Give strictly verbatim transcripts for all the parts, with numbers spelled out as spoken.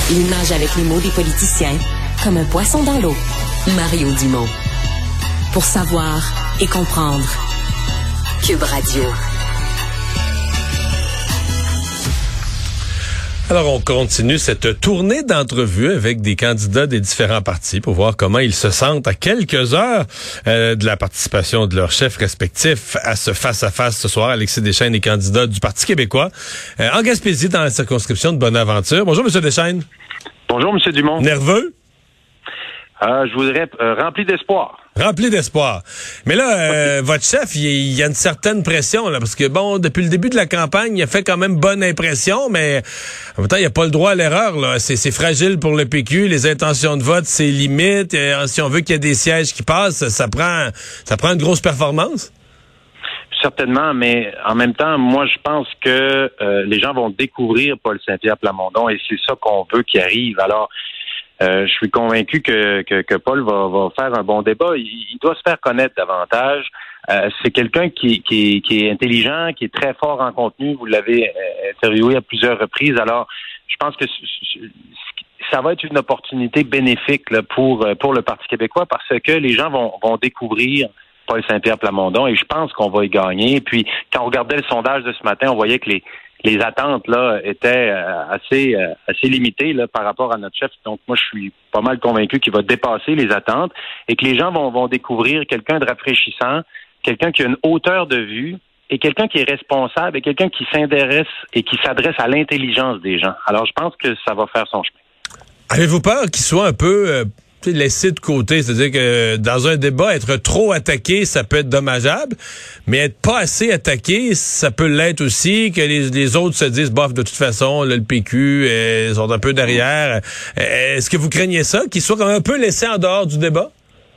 Il nage avec les mots des politiciens comme un poisson dans l'eau. Mario Dumont. Pour savoir et comprendre. Cube Radio. Alors, on continue cette tournée d'entrevues avec des candidats des différents partis pour voir comment ils se sentent à quelques heures euh, de la participation de leurs chefs respectifs à ce face-à-face ce soir. Alexis Deschênes est candidat du Parti québécois euh, en Gaspésie dans la circonscription de Bonaventure. Bonjour, M. Deschênes. Bonjour, M. Dumont. Nerveux? Euh, je voudrais euh, rempli d'espoir. Rempli d'espoir. Mais là, euh, okay. votre chef, il, il y a une certaine pression, là, parce que, bon, depuis le début de la campagne, il a fait quand même bonne impression, mais en même temps, il n'y a pas le droit à l'erreur, là. C'est, c'est fragile pour le P Q, les intentions de vote, c'est limite. Et, si on veut qu'il y ait des sièges qui passent, ça prend, ça prend une grosse performance? Certainement, mais en même temps, moi, je pense que euh, les gens vont découvrir Paul Saint-Pierre Plamondon et c'est ça qu'on veut qu'il arrive. Alors, Euh, je suis convaincu que, que, que Paul va, va faire un bon débat. Il, il doit se faire connaître davantage. Euh, c'est quelqu'un qui, qui, qui est intelligent, qui est très fort en contenu. Vous l'avez euh, interviewé à plusieurs reprises. Alors, je pense que ça va être une opportunité bénéfique là, pour, pour le Parti québécois parce que les gens vont, vont découvrir Paul Saint-Pierre Plamondon et je pense qu'on va y gagner. Puis, quand on regardait le sondage de ce matin, on voyait que les Les attentes là étaient euh, assez euh, assez limitées là par rapport à notre chef. Donc moi je suis pas mal convaincu qu'il va dépasser les attentes et que les gens vont vont découvrir quelqu'un de rafraîchissant, quelqu'un qui a une hauteur de vue et quelqu'un qui est responsable et quelqu'un qui s'intéresse et qui s'adresse à l'intelligence des gens. Alors je pense que ça va faire son chemin. Avez-vous peur qu'il soit un peu euh... laissé de côté, c'est-à-dire que dans un débat, être trop attaqué, ça peut être dommageable, mais être pas assez attaqué, ça peut l'être aussi, que les, les autres se disent, bof, de toute façon, là, le P Q, euh, ils sont un peu derrière. Euh, est-ce que vous craignez ça, qu'il soit quand même un peu laissé en dehors du débat?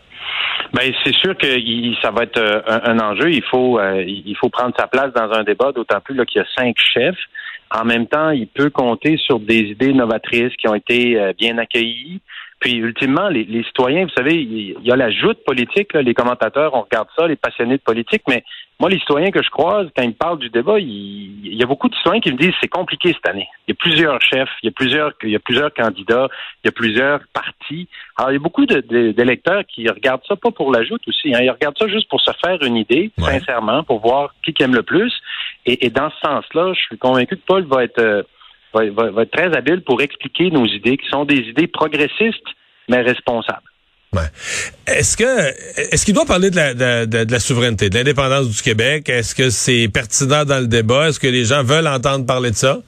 Ben c'est sûr que il, ça va être euh, un, un enjeu. Il faut euh, il faut prendre sa place dans un débat, d'autant plus là, qu'il y a cinq chefs. En même temps, il peut compter sur des idées novatrices qui ont été euh, bien accueillies. Puis, ultimement, les, les citoyens, vous savez, il y a la joute politique, là, les commentateurs, on regarde ça, les passionnés de politique, mais moi, les citoyens que je croise, quand ils me parlent du débat, il, il y a beaucoup de citoyens qui me disent c'est compliqué cette année. Il y a plusieurs chefs, il y a plusieurs, il y a plusieurs candidats, il y a plusieurs partis. Alors, il y a beaucoup de, de, d'électeurs qui regardent ça pas pour la joute aussi, hein. Ils regardent ça juste pour se faire une idée, ouais. Sincèrement, pour voir qui aime le plus. Et, et dans ce sens-là, je suis convaincu que Paul va être... Euh, Va, va, va être très habile pour expliquer nos idées, qui sont des idées progressistes, mais responsables. Ouais. Est-ce que est-ce qu'il doit parler de la, de, de, de la souveraineté, de l'indépendance du Québec? Est-ce que c'est pertinent dans le débat? Est-ce que les gens veulent entendre parler de ça?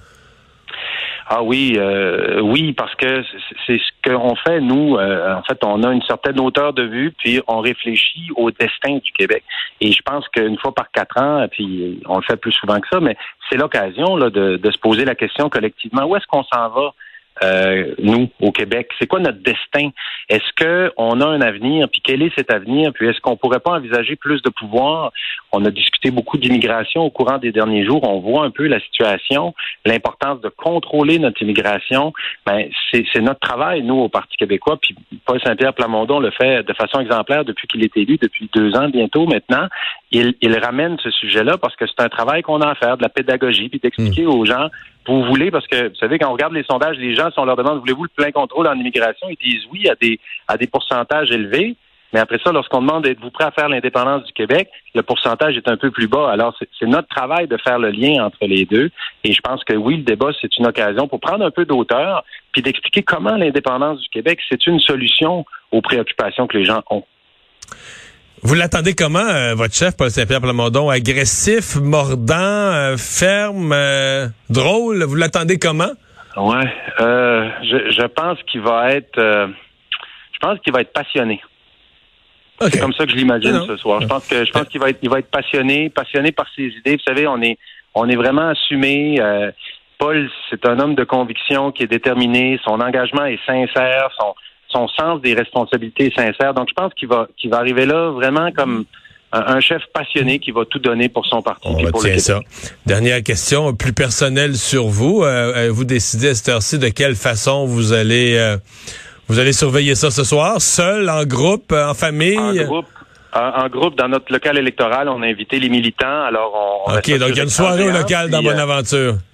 Ah oui, euh, oui, parce que c'est ce qu'on fait, nous. Euh, en fait, on a une certaine hauteur de vue, puis on réfléchit au destin du Québec. Et je pense qu'une fois par quatre ans, puis on le fait plus souvent que ça, mais c'est l'occasion là de, de se poser la question collectivement, où est-ce qu'on s'en va? Euh, nous, au Québec, c'est quoi notre destin? Est-ce que on a un avenir? Puis quel est cet avenir? Puis est-ce qu'on pourrait pas envisager plus de pouvoir? On a discuté beaucoup d'immigration au courant des derniers jours. On voit un peu la situation, l'importance de contrôler notre immigration. Ben, c'est, c'est notre travail, nous, au Parti québécois. Puis Paul Saint-Pierre Plamondon le fait de façon exemplaire depuis qu'il est élu, depuis deux ans bientôt maintenant. Il, il ramène ce sujet-là parce que c'est un travail qu'on a à faire, de la pédagogie, puis d'expliquer mmh. aux gens vous voulez, parce que, vous savez, quand on regarde les sondages, les gens, si on leur demande, voulez-vous le plein contrôle en immigration, ils disent oui à des à des pourcentages élevés. Mais après ça, lorsqu'on demande êtes-vous prêt à faire l'indépendance du Québec, le pourcentage est un peu plus bas. Alors, c'est, c'est notre travail de faire le lien entre les deux. Et je pense que oui, le débat, c'est une occasion pour prendre un peu d'auteur, puis d'expliquer comment l'indépendance du Québec, c'est une solution aux préoccupations que les gens ont. Vous l'attendez comment, euh, votre chef, Paul Saint-Pierre Plamondon? Agressif, mordant, euh, ferme, euh, drôle? Vous l'attendez comment? Ouais, euh, je, je pense qu'il va être, euh, je pense qu'il va être passionné. Okay. C'est comme ça que je l'imagine non, non. ce soir. Je pense que, je pense qu'il va être, il va être passionné, passionné par ses idées. Vous savez, on est, on est vraiment assumé. Euh, Paul, c'est un homme de conviction qui est déterminé. Son engagement est sincère. Son son sens des responsabilités est sincère. Donc, je pense qu'il va, qu'il va arriver là vraiment comme un, un chef passionné qui va tout donner pour son parti. On et pour retient le ça. Dernière question, plus personnelle sur vous. Euh, vous décidez à cette heure-ci de quelle façon vous allez, euh, vous allez surveiller ça ce soir? Seul, en groupe, en famille? En groupe. En, en groupe, dans notre local électoral, on a invité les militants. Alors, on, on OK, donc il y a une soirée au local dans puis, Bonaventure.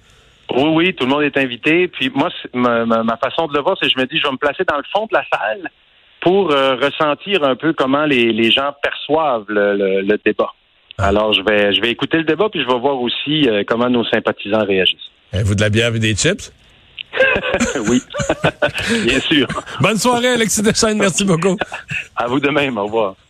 Oui, oui, tout le monde est invité. Puis moi, ma, ma, ma façon de le voir, c'est que je me dis, je vais me placer dans le fond de la salle pour euh, ressentir un peu comment les, les gens perçoivent le, le, le débat. Alors, je vais je vais écouter le débat, puis je vais voir aussi euh, comment nos sympathisants réagissent. Avez-vous de la bière et des chips? Oui, bien sûr. Bonne soirée, Alexis Deschênes. Merci beaucoup. À vous de même. Au revoir.